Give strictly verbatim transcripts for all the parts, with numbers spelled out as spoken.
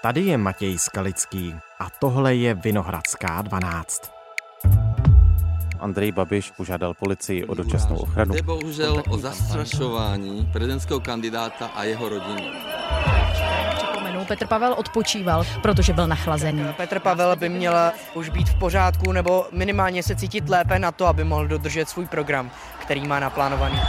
Tady je Matěj Skalický a tohle je Vinohradská dvanáct. Andrej Babiš požádal policii o dočasnou ochranu. Jde bohužel o zastrašování prezidentského kandidáta a jeho rodiny. Připomenu, Petr Pavel odpočíval, protože byl nachlazený. Petr Pavel by měl už být v pořádku nebo minimálně se cítit lépe na to, aby mohl dodržet svůj program, který má naplánovaný.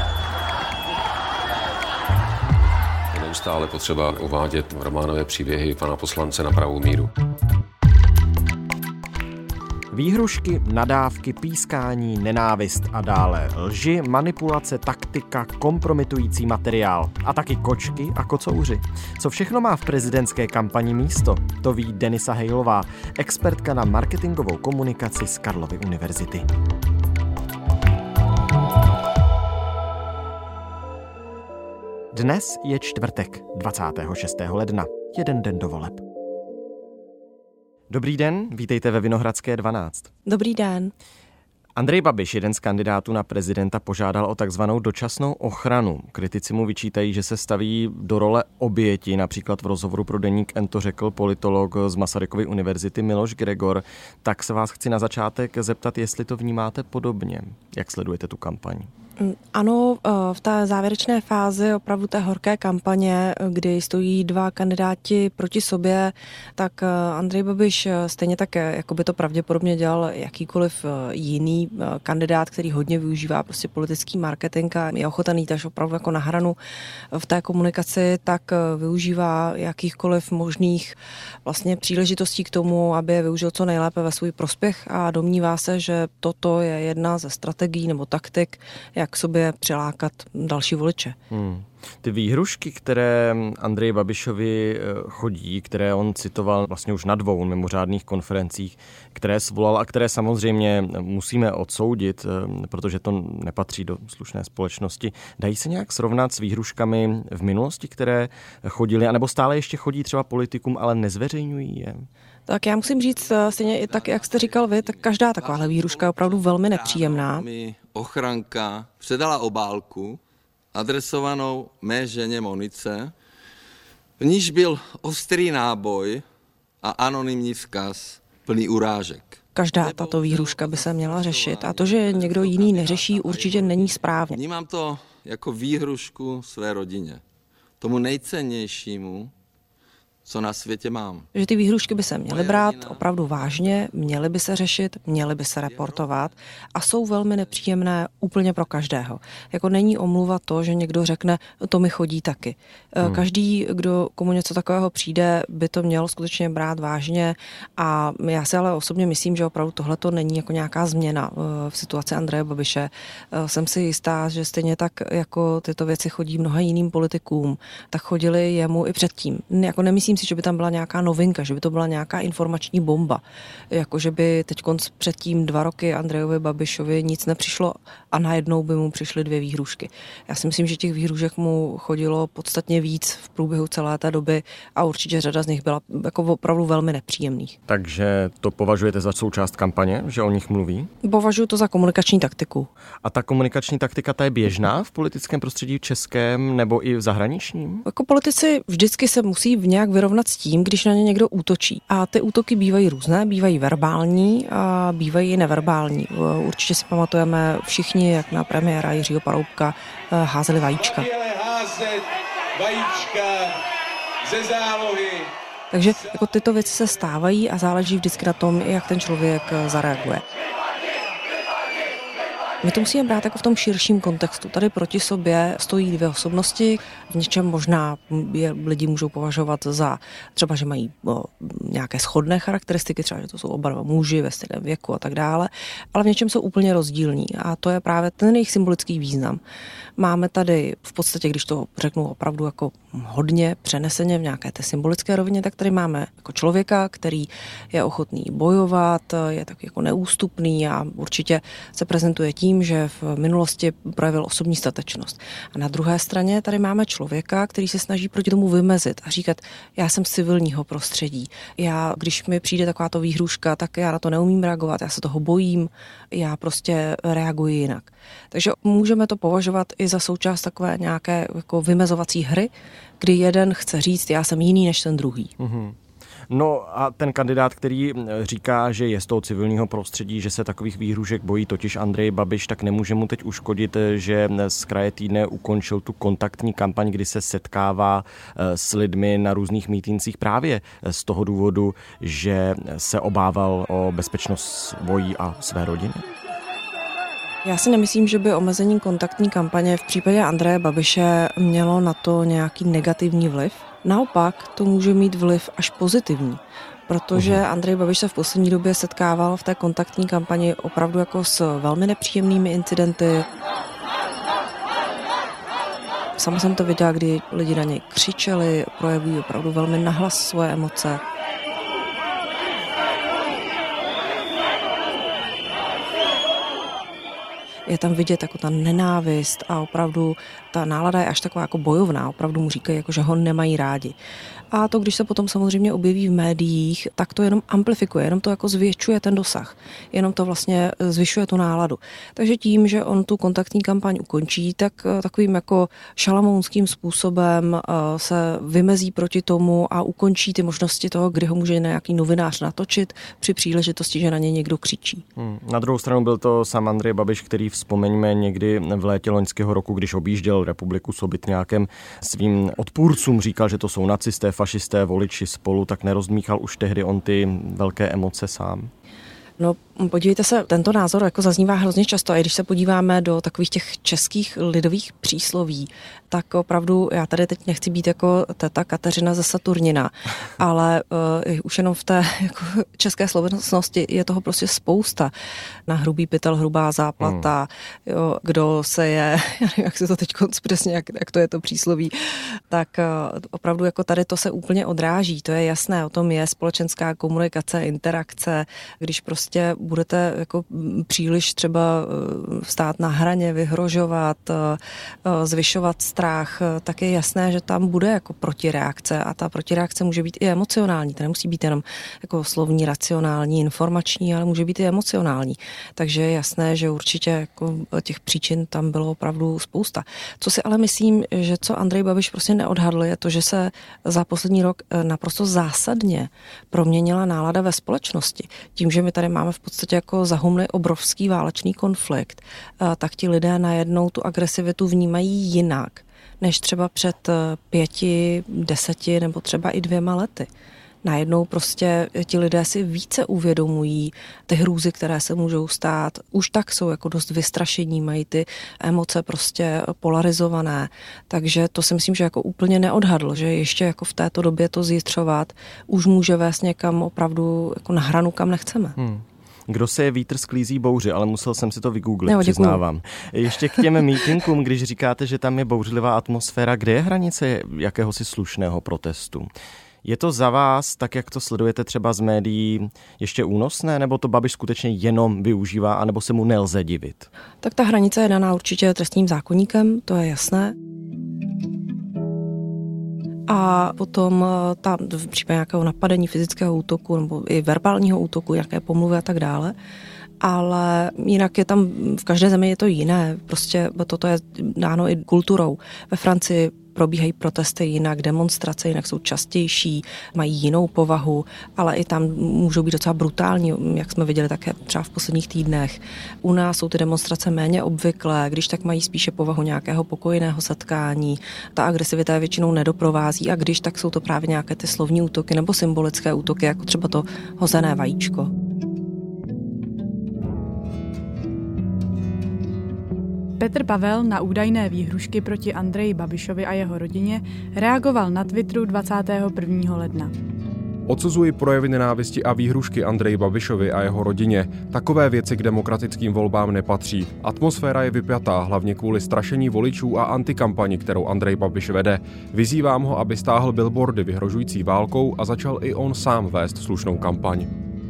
Je neustále potřeba uvádět románové příběhy pana poslance na pravou míru. Výhrušky, nadávky, pískání, nenávist a dále lži, manipulace, taktika, kompromitující materiál a taky kočky a kocouři. Co všechno má v prezidentské kampani místo, to ví Denisa Hejlová, expertka na marketingovou komunikaci z Karlovy univerzity. Dnes je čtvrtek, dvacátého šestého ledna, jeden den do voleb. Dobrý den, vítejte ve Vinohradské dvanáct. Dobrý den. Andrej Babiš, jeden z kandidátů na prezidenta, požádal o takzvanou dočasnou ochranu. Kritici mu vyčítají, že se staví do role oběti. Například v rozhovoru pro deník N to řekl politolog z Masarykovy univerzity Miloš Gregor. Tak se vás chci na začátek zeptat, jestli to vnímáte podobně. Jak sledujete tu kampaň? Ano, v té závěrečné fázi opravdu té horké kampaně, kdy stojí dva kandidáti proti sobě, tak Andrej Babiš stejně tak, jako by to pravděpodobně dělal jakýkoliv jiný kandidát, který hodně využívá prostě politický marketing a je ochoten jít až opravdu jako na hranu v té komunikaci, tak využívá jakýchkoliv možných vlastně příležitostí k tomu, aby je využil co nejlépe ve svůj prospěch a domnívá se, že toto je jedna ze strategií nebo taktik, jak k sobě přilákat další voliče. Hmm. Ty výhrušky, které Andreji Babišovi chodí, které on citoval vlastně už na dvou mimořádných konferencích, které svolal a které samozřejmě musíme odsoudit, protože to nepatří do slušné společnosti, dají se nějak srovnat s výhruškami v minulosti, které chodily, anebo stále ještě chodí třeba politikům, ale nezveřejňují je? Tak já musím říct, stejně i tak, jak jste říkal vy, tak každá takováhle výhruška je opravdu velmi nepříjemná. Mi ochranka předala obálku adresovanou mé ženě Monice, v níž byl ostrý náboj a anonymní vzkaz plný urážek. Každá tato výhruška by se měla řešit a to, že někdo jiný neřeší, určitě není správně. Vnímám to jako výhrušku své rodině, tomu nejcennějšímu, co na světě mám. Že ty výhrušky by se měly brát opravdu vážně, měly by se řešit, měly by se reportovat a jsou velmi nepříjemné úplně pro každého. Jako není omluva to, že někdo řekne, to mi chodí taky. Hmm. Každý, kdo komu něco takového přijde, by to měl skutečně brát vážně a já si ale osobně myslím, že opravdu tohle to není jako nějaká změna v situaci Andreje Babiše. Jsem si jistá, že stejně tak jako tyto věci chodí mnoha jiným politikům, tak chodili jemu i předtím. Jako nemyslím si, že by tam byla nějaká novinka, že by to byla nějaká informační bomba. Jako, že by teď předtím dva roky Andrejovi Babišovi nic nepřišlo a najednou by mu přišly dvě výhrušky. Já si myslím, že těch výhrušek mu chodilo podstatně víc v průběhu celé té doby a určitě řada z nich byla jako opravdu velmi nepříjemných. Takže to považujete za součást kampaně, že o nich mluví? Považuji to za komunikační taktiku. A ta komunikační taktika, ta je běžná v politickém prostředí českém nebo i v zahraničním? Jako politici vždycky se musí v nějak vyrovnat s tím, když na ně někdo útočí. A ty útoky bývají různé, bývají verbální a bývají i neverbální. Určitě si pamatujeme všichni, jak na premiéra Jiřího Paroubka házeli vajíčka. Házet vajíčka ze zálohy. Takže jako tyto věci se stávají a záleží vždycky na tom, jak ten člověk zareaguje. My to musíme brát jako v tom širším kontextu. Tady proti sobě stojí dvě osobnosti. V něčem možná je, lidi můžou považovat za třeba, že mají o, nějaké shodné charakteristiky, třeba, že to jsou oba dva muži ve stejném věku a tak dále, ale v něčem jsou úplně rozdílní a to je právě ten jejich symbolický význam. Máme tady v podstatě, když to řeknu opravdu jako hodně přeneseně v nějaké té symbolické rovině, tak tady máme jako člověka, který je ochotný bojovat, je tak jako neústupný a určitě se prezentuje tím, že v minulosti projevil osobní statečnost. A na druhé straně tady máme člověka, který se snaží proti tomu vymezit a říkat, já jsem z civilního prostředí. Já, když mi přijde takováto výhruška, tak já na to neumím reagovat, já se toho bojím, já prostě reaguji jinak. Takže můžeme to považovat i za součást takové nějaké jako vymezovací hry, kdy jeden chce říct, já jsem jiný než ten druhý. Mm-hmm. No a ten kandidát, který říká, že je z toho civilního prostředí, že se takových výhrušek bojí, totiž Andrej Babiš, tak nemůže mu teď uškodit, že z kraje týdne ukončil tu kontaktní kampaň, kdy se setkává s lidmi na různých mítincích právě z toho důvodu, že se obával o bezpečnost svojí a své rodiny. Já si nemyslím, že by omezení kontaktní kampaně v případě Andreje Babiše mělo na to nějaký negativní vliv. Naopak to může mít vliv až pozitivní, protože uhum. Andrej Babiš se v poslední době setkával v té kontaktní kampani opravdu jako s velmi nepříjemnými incidenty. Sama jsem to viděla, kdy lidi na něj křičeli, projevují opravdu velmi nahlas svoje emoce. Je tam vidět jako ta nenávist a opravdu ta nálada je až taková jako bojovná. Opravdu mu říkají, jako, že ho nemají rádi. A to, když se potom samozřejmě objeví v médiích, tak to jenom amplifikuje, jenom to jako zvětšuje ten dosah. Jenom to vlastně zvyšuje tu náladu. Takže tím, že on tu kontaktní kampaň ukončí, tak takovým jako šalamounským způsobem se vymezí proti tomu a ukončí ty možnosti toho, kdy ho může nějaký novinář natočit při příležitosti, že na ně někdo křičí. Hmm. Na druhou stranu byl to sám Andrej Babiš, který vzpomeňme někdy v létě loňského roku, když objížděl republiku Sobitňákem, svým odpůrcům říkal, že to jsou nacisté, fašisté, voliči Spolu, tak nerozdmíchal už tehdy on ty velké emoce sám? No, podívejte se, tento názor jako zaznívá hrozně často, a když se podíváme do takových těch českých lidových přísloví, tak opravdu, já tady teď nechci být jako teta Kateřina ze Saturnina, ale uh, už jenom v té jako české slovensnosti je toho prostě spousta. Na hrubý pytel, hrubá záplata, hmm. jo, kdo se je, já nevím, jak se to teď přesně, jak, jak to je to přísloví, tak uh, opravdu jako tady to se úplně odráží, to je jasné, o tom je společenská komunikace, interakce, když prostě budete jako příliš třeba stát na hraně, vyhrožovat, zvyšovat strach, tak je jasné, že tam bude jako protireakce a ta protireakce může být i emocionální. To nemusí být jenom jako slovní, racionální, informační, ale může být i emocionální. Takže je jasné, že určitě jako těch příčin tam bylo opravdu spousta. Co si ale myslím, že co Andrej Babiš prostě neodhadl, je to, že se za poslední rok naprosto zásadně proměnila nálada ve společnosti. Tím, že my tady máme v podstatě jako zahumlý obrovský válečný konflikt, tak ti lidé najednou tu agresivitu vnímají jinak, než třeba před pěti, deseti nebo třeba i dvěma lety. Najednou prostě ti lidé si více uvědomují ty hrůzy, které se můžou stát. Už tak jsou jako dost vystrašení, mají ty emoce prostě polarizované. Takže to si myslím, že jako úplně neodhadl, že ještě jako v této době to zjistřovat už může vést někam opravdu jako na hranu, kam nechceme. Hmm. Kdo se je vítr sklízí bouři, ale musel jsem si to vygooglit, no, přiznávám. Ještě k těm mítinkům, když říkáte, že tam je bouřlivá atmosféra, kde je hranice jakéhosi slušného protestu? Je to za vás, tak jak to sledujete třeba z médií, ještě únosné, nebo to Babiš skutečně jenom využívá, anebo se mu nelze divit? Tak ta hranice je daná určitě trestním zákoníkem, to je jasné. A potom tam v případě nějakého napadení, fyzického útoku nebo i verbálního útoku, nějaké pomluvy a tak dále. Ale jinak je tam, v každé zemi je to jiné, prostě toto je dáno i kulturou. Ve Francii probíhají protesty jinak, demonstrace jinak jsou častější, mají jinou povahu, ale i tam můžou být docela brutální, jak jsme viděli také třeba v posledních týdnech. U nás jsou ty demonstrace méně obvyklé, když tak mají spíše povahu nějakého pokojného setkání. Ta agresivita je většinou nedoprovází a když tak jsou to právě nějaké ty slovní útoky nebo symbolické útoky, jako třeba to hozené vajíčko. Petr Pavel na údajné výhrušky proti Andreji Babišovi a jeho rodině reagoval na Twitteru dvacátého prvního ledna. Odsuzuji projevy nenávisti a výhrušky Andreji Babišovi a jeho rodině. Takové věci k demokratickým volbám nepatří. Atmosféra je vypjatá, hlavně kvůli strašení voličů a antikampani, kterou Andrej Babiš vede. Vyzývám ho, aby stáhl billboardy vyhrožující válkou a začal i on sám vést slušnou kampaň.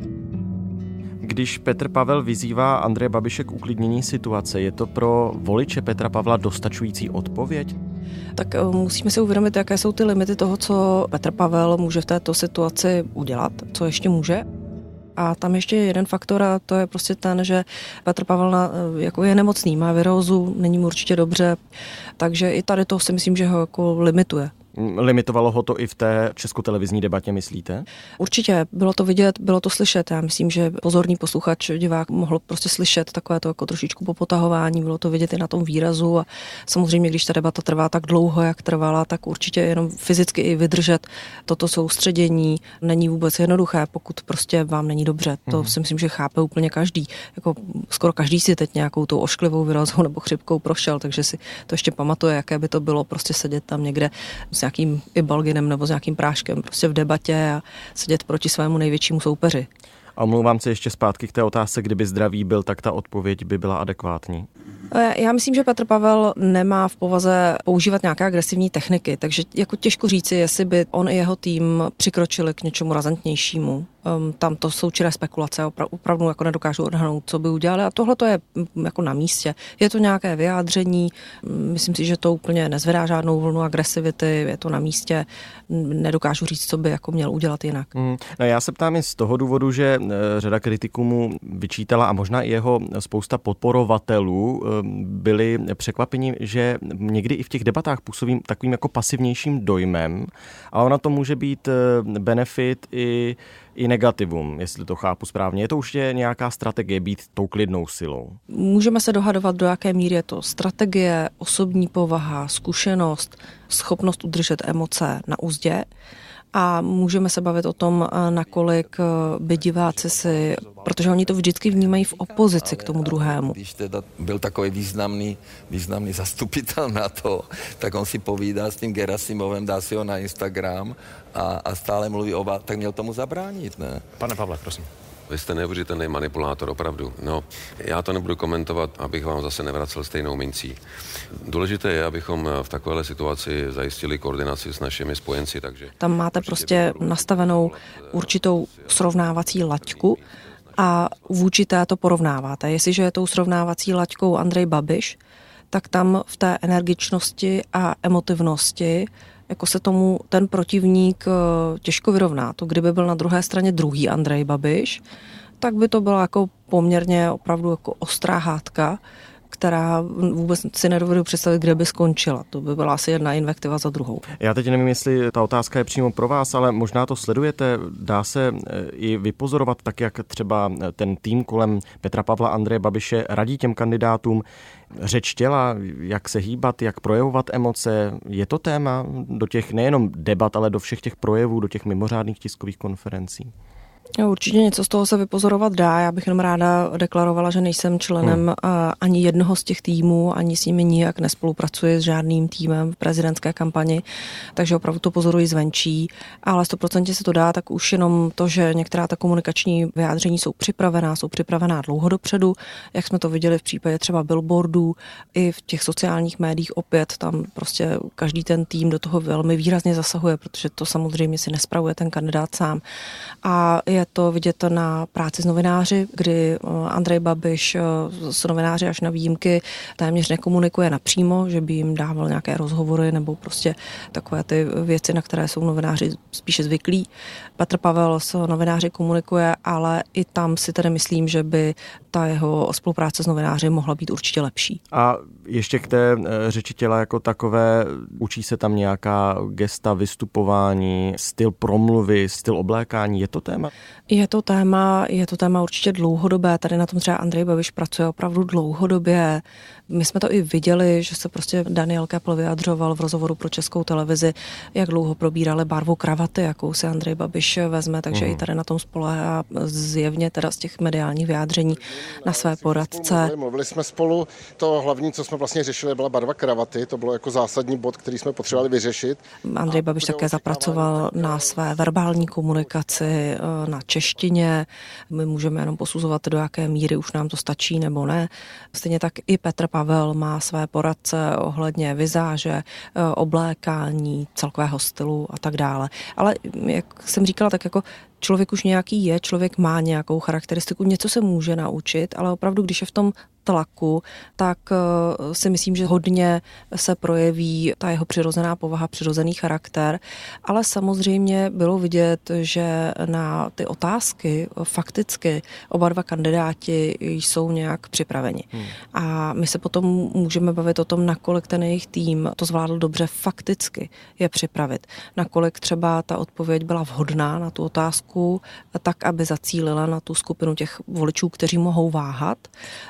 Když Petr Pavel vyzývá Andreje Babiše k uklidnění situace, je to pro voliče Petra Pavla dostačující odpověď? Tak musíme si uvědomit, jaké jsou ty limity toho, co Petr Pavel může v této situaci udělat, co ještě může. A tam ještě je jeden faktor a to je prostě ten, že Petr Pavel na, jako je nemocný, má virózu, není mu určitě dobře, takže i tady to si myslím, že ho jako limituje. Limitovalo ho to i v té českotelevizní debatě, myslíte? Určitě, bylo to vidět, bylo to slyšet. Já myslím, že pozorný posluchač, divák mohl prostě slyšet takové to jako trošičku popotahování, bylo to vidět i na tom výrazu a samozřejmě, když ta debata trvá tak dlouho, jak trvala, tak určitě jenom fyzicky i vydržet toto soustředění není vůbec jednoduché, pokud prostě vám není dobře. To si myslím, že chápe úplně každý. Jako skoro každý si teď nějakou tou ošklivou výrazou nebo chřipkou prošel, takže si to ještě pamatuje, jaké by to bylo prostě sedět tam někde s nějakým ibalginem nebo s nějakým práškem prostě v debatě a sedět proti svému největšímu soupeři. A omlouvám se ještě zpátky k té otázce, kdyby zdravý byl, tak ta odpověď by byla adekvátní. Já myslím, že Petr Pavel nemá v povaze používat nějaké agresivní techniky, takže jako těžko říci, jestli by on i jeho tým přikročili k něčemu razantnějšímu. Um, tam to jsou čiré spekulace, opra- opravdu jako nedokážu odhadnout, co by udělali a tohle to je jako na místě. Je to nějaké vyjádření, myslím si, že to úplně nezvedá žádnou vlnu agresivity, je to na místě, nedokážu říct, co by jako měl udělat jinak. Hmm. No já se ptám i z toho důvodu, že řada kritiků mu vyčítala a možná i jeho spousta podporovatelů byli překvapeni, že někdy i v těch debatách působí takovým jako pasivnějším dojmem, ale ona to může být benefit i i negativum, jestli to chápu správně. Je to už je nějaká strategie být tou klidnou silou? Můžeme se dohadovat, do jaké míry je to strategie, osobní povaha, zkušenost, schopnost udržet emoce na uzdě. A můžeme se bavit o tom, nakolik by diváci si, protože oni to vždycky vnímají v opozici k tomu druhému. Když teda byl takový významný, významný zastupitel na to, tak on si povídá s tím Gerasimovem, dá si ho na Instagram a, a stále mluví o vás, tak měl tomu zabránit, ne? Pane Pavle, prosím. Vy jste neuvěřitelný manipulátor, opravdu. No, já to nebudu komentovat, abych vám zase nevracel stejnou mincí. Důležité je, abychom v takovéhle situaci zajistili koordinaci s našimi spojenci, takže... Tam máte prostě nastavenou určitou srovnávací laťku a vůči té to porovnáváte. Jestliže je tou srovnávací laťkou Andrej Babiš, tak tam v té energičnosti a emotivnosti jako se tomu ten protivník těžko vyrovná. To kdyby byl na druhé straně druhý Andrej Babiš, tak by to byla jako poměrně opravdu jako ostrá hádka, která vůbec si nedovedu představit, kde by skončila. To by byla asi jedna invektiva za druhou. Já teď nevím, jestli ta otázka je přímo pro vás, ale možná to sledujete. Dá se i vypozorovat tak, jak třeba ten tým kolem Petra Pavla Andreje Babiše radí těm kandidátům řeč těla, jak se hýbat, jak projevovat emoce. Je to téma do těch nejenom debat, ale do všech těch projevů, do těch mimořádných tiskových konferencí? Určitě něco z toho se vypozorovat dá. Já bych jenom ráda deklarovala, že nejsem členem hmm. ani jednoho z těch týmů, ani s nimi nijak nespolupracuji s žádným týmem v prezidentské kampani, takže opravdu to pozoruji zvenčí, ale sto procent se to dá, tak už jenom to, že některá ta komunikační vyjádření jsou připravená, jsou připravená dlouho dopředu, jak jsme to viděli v případě třeba billboardů, i v těch sociálních médiích opět, tam prostě každý ten tým do toho velmi výrazně zasahuje, protože to samozřejmě si nespravuje ten kandidát sám. A je to vidět na práci s novináři, kdy Andrej Babiš s novináři až na výjimky téměř nekomunikuje napřímo, že by jim dával nějaké rozhovory nebo prostě takové ty věci, na které jsou novináři spíše zvyklí. Petr Pavel s novináři komunikuje, ale i tam si tedy myslím, že by ta jeho spolupráce s novináři mohla být určitě lepší. A ještě k té řeči těla jako takové, učí se tam nějaká gesta, vystupování, styl promluvy, styl oblékání, je to téma? Je to téma, je to téma určitě dlouhodobé, tady na tom třeba Andrej Babiš pracuje opravdu dlouhodobě. My jsme to i viděli, že se prostě Daniel Köppl vyjadřoval v rozhovoru pro Českou televizi, jak dlouho probírali barvu kravaty, jakou si Andrej Babiš vezme, takže mm. i tady na tom spoléhá zjevně teda z těch mediálních vyjádření na své poradce. Mluvili, mluvili jsme spolu, to hlavní, co jsme vlastně řešili, byla barva kravaty, to bylo jako zásadní bod, který jsme potřebovali vyřešit. Andrej Babiš také zapracoval na své verbální komunikaci, na češtině. My můžeme jenom posuzovat, do jaké míry už nám to stačí nebo ne. Stejně tak i Petr Pavel má své poradce ohledně vizáže, oblékání, celkového stylu a tak dále. Ale jak jsem říkala, tak jako člověk už nějaký je, člověk má nějakou charakteristiku, něco se může naučit, ale opravdu, když je v tom tlaku, tak si myslím, že hodně se projeví ta jeho přirozená povaha, přirozený charakter, ale samozřejmě bylo vidět, že na ty otázky fakticky oba dva kandidáti jsou nějak připraveni. Hmm. A my se potom můžeme bavit o tom, nakolik ten jejich tým to zvládl dobře fakticky je připravit. Nakolik třeba ta odpověď byla vhodná na tu otázku, tak, aby zacílila na tu skupinu těch voličů, kteří mohou váhat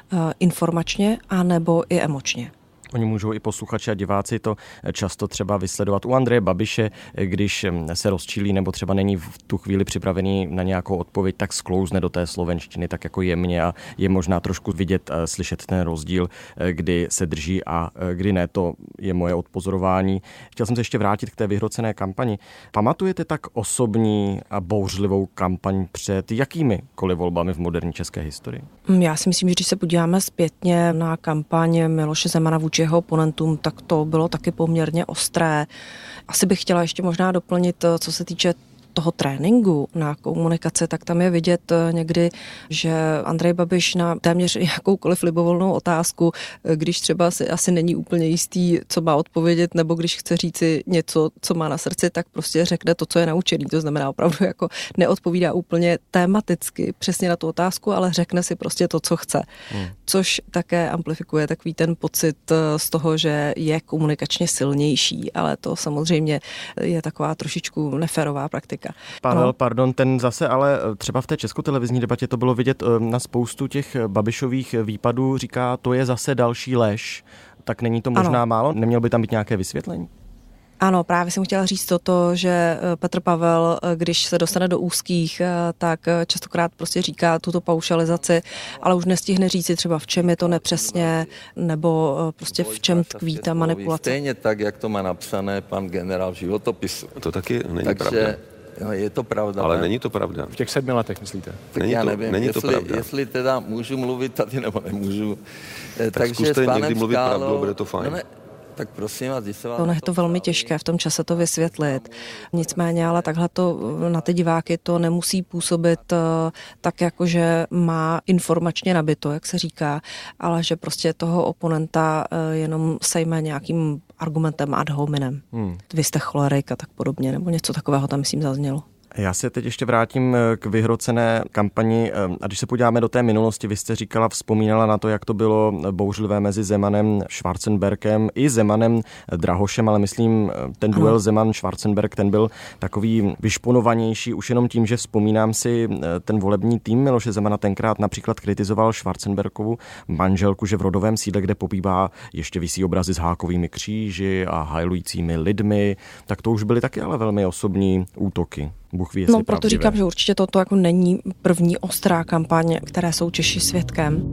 informačně a nebo i emočně. Oni můžou i posluchači a diváci to často třeba vysledovat u Andreje Babiše, když se rozčílí nebo třeba není v tu chvíli připravený na nějakou odpověď, tak sklouzne do té slovenštiny tak jako jemně a je možná trošku vidět, slyšet ten rozdíl, kdy se drží a kdy ne. To je moje odpozorování. Chtěl jsem se ještě vrátit k té vyhrocené kampani. Pamatujete tak osobní a bouřlivou kampaň před jakýmikoliv volbami v moderní české historii? Já si myslím, že když se podíváme zpětně na kampaň Miloše Zemana vůči jeho oponentům, tak to bylo taky poměrně ostré. Asi bych chtěla ještě možná doplnit, co se týče toho tréninku na komunikaci, tak tam je vidět někdy, že Andrej Babiš na téměř jakoukoliv libovolnou otázku, když třeba si asi není úplně jistý, co má odpovědět, nebo když chce říci něco, co má na srdci, tak prostě řekne to, co je naučený. To znamená opravdu jako neodpovídá úplně tematicky přesně na tu otázku, ale řekne si prostě to, co chce. Hmm. Což také amplifikuje takový ten pocit z toho, že je komunikačně silnější, ale to samozřejmě je taková trošičku neférová praktika. Pavel, no. pardon, ten zase, ale třeba v té českotelevizní debatě to bylo vidět na spoustu těch Babišových výpadů, říká, to je zase další lež. Tak není to možná ano. málo? Nemělo by tam být nějaké vysvětlení? Ano, právě jsem chtěla říct toto, že Petr Pavel, když se dostane do úzkých, tak častokrát prostě říká tuto paušalizaci, ale už nestihne říct si třeba v čem je to nepřesně, nebo prostě v čem tkví ta manipulace. Stejně tak, jak to má napsané pan generál v životopisu. To taky není Takže, pravda. No, je to pravda. Ale ne? není to pravda. V těch sedmi letech, myslíte? Tak není já to, nevím, není jestli, to pravda. jestli teda můžu mluvit tady, nebo nemůžu. Tak Takže zkuste s někdy mluvit Skálou, pravdu, bude to fajn. No ne, tak prosím vás, když se vás... Ono je to velmi těžké v tom čase to vysvětlit. Nicméně, ale takhle to na ty diváky to nemusí působit tak, jako že má informačně nabito, jak se říká, ale že prostě toho oponenta jenom sejme nějakým argumentem ad hominem. Hmm. Vy jste cholerik a tak podobně, nebo něco takového tam, myslím, zaznělo. Já se teď ještě vrátím k vyhrocené kampani a když se podíváme do té minulosti, vy jste říkala, vzpomínala na to, jak to bylo bouřlivé mezi Zemanem, Schwarzenbergem i Zemanem, Drahošem, ale myslím, ten duel ano. Zeman-Schwarzenberg, ten byl takový vyšponovanější už jenom tím, že vzpomínám si ten volební tým Miloše Zemana tenkrát například kritizoval Schwarzenbergovu manželku, že v rodovém sídle, kde pobývá, ještě visí obrazy s hákovými kříži a hajlujícími lidmi, tak to už byly taky ale velmi osobní útoky. Bůh ví, no, proto říkám, že určitě toto jako není první ostrá kampaň, které jsou Češi svědkem.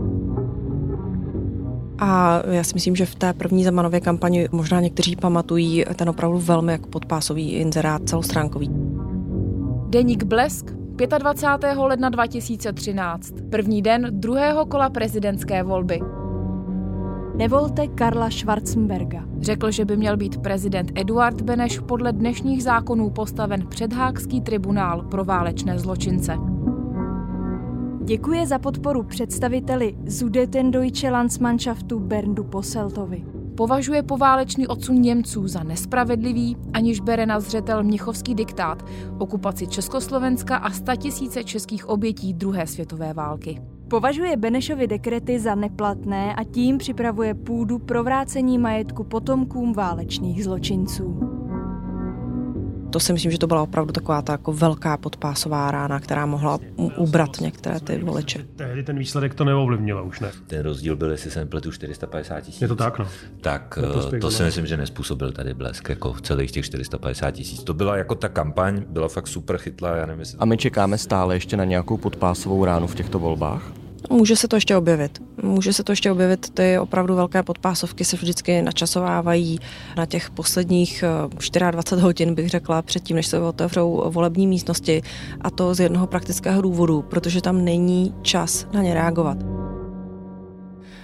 A já si myslím, že v té první Zemanově kampani možná někteří pamatují ten opravdu velmi jako podpásový inzerát celostránkový. Deník Blesk, dvacátého pátého ledna dva tisíce třináct, první den druhého kola prezidentské volby. Nevolte Karla Schwarzenberga. Řekl, že by měl být prezident Eduard Beneš podle dnešních zákonů postaven před Haagský tribunál pro válečné zločince. Děkuje za podporu představiteli Sudetendeutsche Landsmannschaftu Berndu Posseltovi. Považuje poválečný odsun Němců za nespravedlivý, aniž bere na zřetel mnichovský diktát, okupaci Československa a statisíce českých obětí druhé světové války. Považuje Benešovy dekrety za neplatné a tím připravuje půdu pro vrácení majetku potomkům válečných zločinců. To si myslím, že to byla opravdu taková ta jako velká podpásová rána, která mohla ubrat některé ty voliče. Tehdy ten výsledek to neovlivnilo už, ne? Ten rozdíl byl, jestli se nepletu, čtyři sta padesát tisíc. Je to tak, no. Tak to si myslím, že nespůsobil tady Blesk, jako celých těch čtyři sta padesát tisíc. To byla jako ta kampaň, byla fakt super chytlá, já nevím, jestli... A my čekáme stále ještě na nějakou podpásovou ránu v těchto volbách? Může se to ještě objevit. Může se to ještě objevit. Ty opravdu velké podpásovky se vždycky načasovávají na těch posledních dvacet čtyři hodin, bych řekla, předtím, než se otevřou volební místnosti. A to z jednoho praktického důvodu, protože tam není čas na ně reagovat.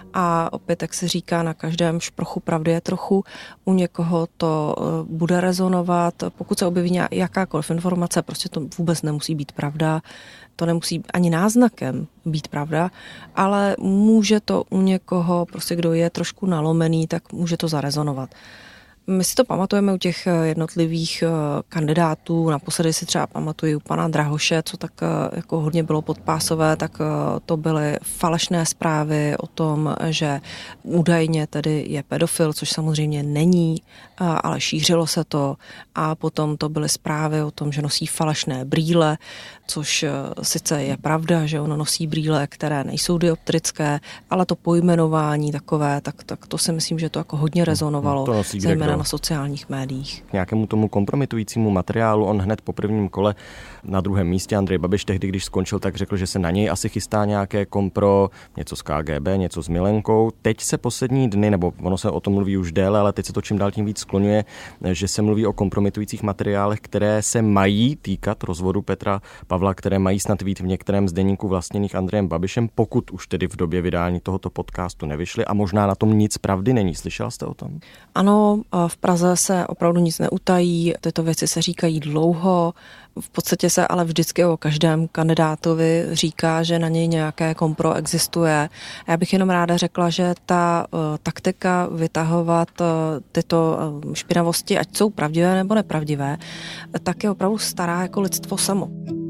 a opět, jak se říká, na každém šprochu pravdy je trochu, u někoho to bude rezonovat, pokud se objeví jakákoliv informace, prostě to vůbec nemusí být pravda, to nemusí ani náznakem být pravda, ale může to u někoho, prostě kdo je trošku nalomený, tak může to zarezonovat. My si to pamatujeme u těch jednotlivých kandidátů, naposledy si třeba pamatuju u pana Drahoše, co tak jako hodně bylo podpásové, tak to byly falešné zprávy o tom, že údajně tedy je pedofil, což samozřejmě není, ale šířilo se to, a potom to byly zprávy o tom, že nosí falešné brýle, což sice je pravda, že ono nosí brýle, které nejsou dioptrické, ale to pojmenování takové, tak, tak to si myslím, že to jako hodně rezonovalo, zejména na sociálních médiích. K nějakému tomu kompromitujícímu materiálu on hned po prvním kole na druhém místě, Andrej Babiš tehdy, když skončil, tak řekl, že se na něj asi chystá nějaké kompro, něco z K G B, něco s Milenkou. Teď se poslední dny, nebo ono se o tom mluví už déle, ale teď se to čím dál tím víc skloňuje, že se mluví o kompromitujících materiálech, které se mají týkat rozvodu Petra Pavla, které mají snad být v některém z deníků vlastněných Andrejem Babišem, pokud už tedy v době vydání tohoto podcastu nevyšly, a možná na tom nic pravdy není. Slyšel jste o tom? Ano, v Praze se opravdu nic neutají, tyto věci se říkají dlouho, v podstatě se ale vždycky o každém kandidátovi říká, že na něj nějaké kompro existuje. Já bych jenom ráda řekla, že ta uh, taktika vytahovat uh, tyto uh, špinavosti, ať jsou pravdivé nebo nepravdivé, tak je opravdu stará jako lidstvo samo.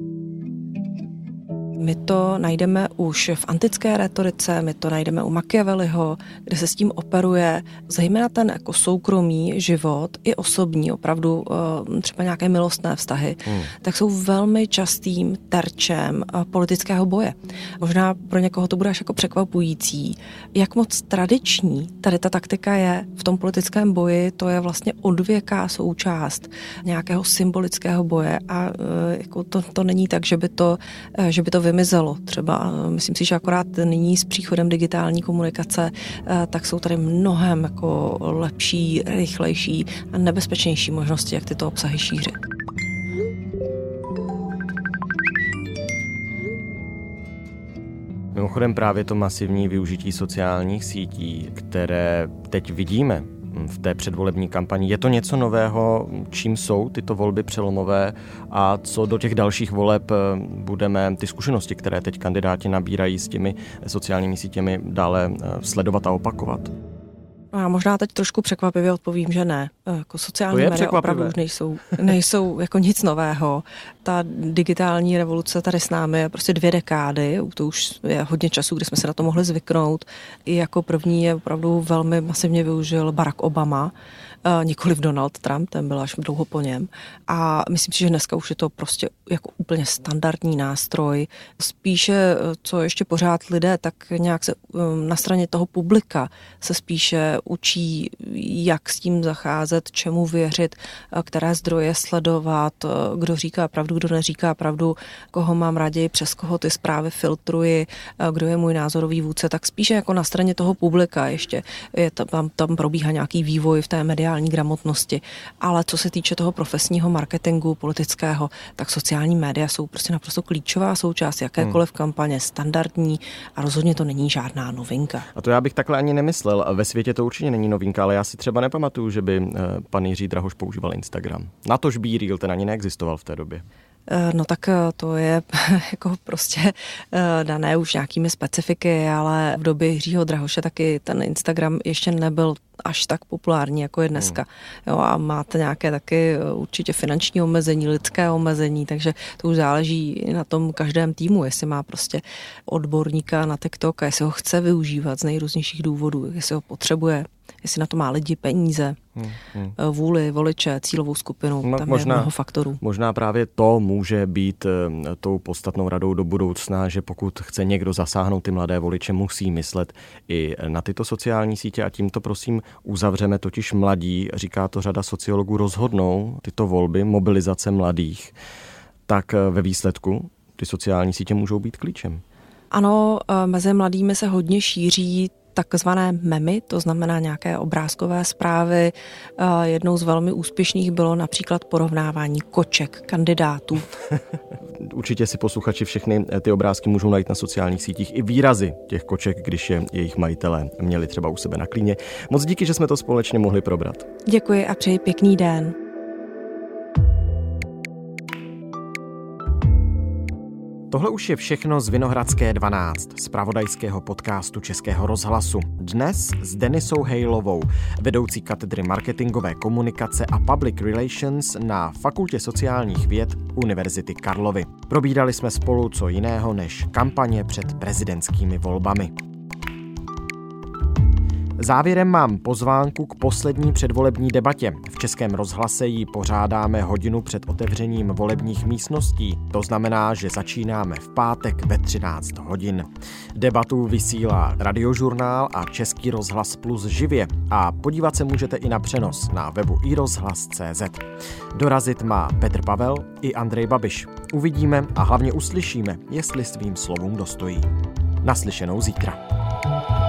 My to najdeme už v antické retorice, my to najdeme u Machiavelliho, kde se s tím operuje, zejména ten jako soukromý život i osobní, opravdu třeba nějaké milostné vztahy, hmm. tak jsou velmi častým terčem politického boje. Možná pro někoho to bude až jako překvapující, jak moc tradiční tady ta taktika je v tom politickém boji, to je vlastně odvěká součást nějakého symbolického boje a jako to, to není tak, že by to, že by to vymizelo. Třeba myslím si, že akorát nyní s příchodem digitální komunikace, tak jsou tady mnohem jako lepší, rychlejší a nebezpečnější možnosti, jak tyto obsahy šířit. Mimochodem právě to masivní využití sociálních sítí, které teď vidíme v té předvolební kampani. Je to něco nového, čím jsou tyto volby přelomové a co do těch dalších voleb budeme ty zkušenosti, které teď kandidáti nabírají s těmi sociálními sítěmi, dále sledovat a opakovat? Já možná teď trošku překvapivě odpovím, že ne. Jako sociální média opravdu už nejsou, nejsou jako nic nového. Ta digitální revoluce tady s námi je prostě dvě dekády, to už je hodně času, kdy jsme se na to mohli zvyknout. I jako první je opravdu velmi masivně využil Barack Obama, nikoliv Donald Trump, ten byl až dlouho po něm. A myslím si, že dneska už je to prostě jako úplně standardní nástroj. Spíše, co ještě pořád lidé, tak nějak se na straně toho publika se spíše učí, jak s tím zacházet, čemu věřit, které zdroje sledovat, kdo říká pravdu, kdo neříká pravdu, koho mám raději, přes koho ty zprávy filtruji, kdo je můj názorový vůdce, tak spíše jako na straně toho publika ještě je tam, tam probíhá nějaký vývoj v té mediální gramotnosti. Ale co se týče toho profesního marketingu politického, tak sociální média jsou prostě naprosto klíčová součást jakékoliv hmm. kampaně, standardní a rozhodně to není žádná novinka. A to já bych takhle ani nemyslel. Ve světě to určitě není novinka, ale já si třeba nepamatuju, že by pan Jiří Drahoš používal Instagram. Natož BeReal, ten ani neexistoval v té době. No tak to je jako prostě dané už nějakými specifiky, ale v době Jiřího Drahoše taky ten Instagram ještě nebyl až tak populární, jako je dneska. Jo, a máte nějaké taky určitě finanční omezení, lidské omezení, takže to už záleží na tom každém týmu, jestli má prostě odborníka na TikTok a jestli ho chce využívat z nejrůznějších důvodů, jestli ho potřebuje, jestli na to má lidi, peníze, hmm, hmm. vůli, voliče, cílovou skupinu, no, tam možná, je mnoho faktorů. Možná právě to může být tou podstatnou radou do budoucna, že pokud chce někdo zasáhnout ty mladé voliče, musí myslet i na tyto sociální sítě a tímto prosím uzavřeme, totiž mladí, říká to řada sociologů, rozhodnou tyto volby, mobilizace mladých, tak ve výsledku ty sociální sítě můžou být klíčem. Ano, mezi mladými se hodně šíří takzvané memy, to znamená nějaké obrázkové zprávy. Jednou z velmi úspěšných bylo například porovnávání koček kandidátů. Určitě si posluchači všechny ty obrázky můžou najít na sociálních sítích i výrazy těch koček, když je jejich majitelé měli třeba u sebe na klíně. Moc díky, že jsme to společně mohli probrat. Děkuji a přeji pěkný den. Tohle už je všechno z Vinohradské dvanáct, z zpravodajského podcastu Českého rozhlasu. Dnes s Denisou Hejlovou, vedoucí katedry marketingové komunikace a public relations na Fakultě sociálních věd Univerzity Karlovy. Probírali jsme spolu co jiného než kampaně před prezidentskými volbami. Závěrem mám pozvánku k poslední předvolební debatě. V Českém rozhlase ji pořádáme hodinu před otevřením volebních místností. To znamená, že začínáme v pátek ve třináct hodin. Debatu vysílá Radiožurnál a Český rozhlas Plus živě a podívat se můžete i na přenos na webu i rozhlas tečka cé zet. Dorazit má Petr Pavel i Andrej Babiš. Uvidíme a hlavně uslyšíme, jestli svým slovům dostojí. Naslyšenou zítra.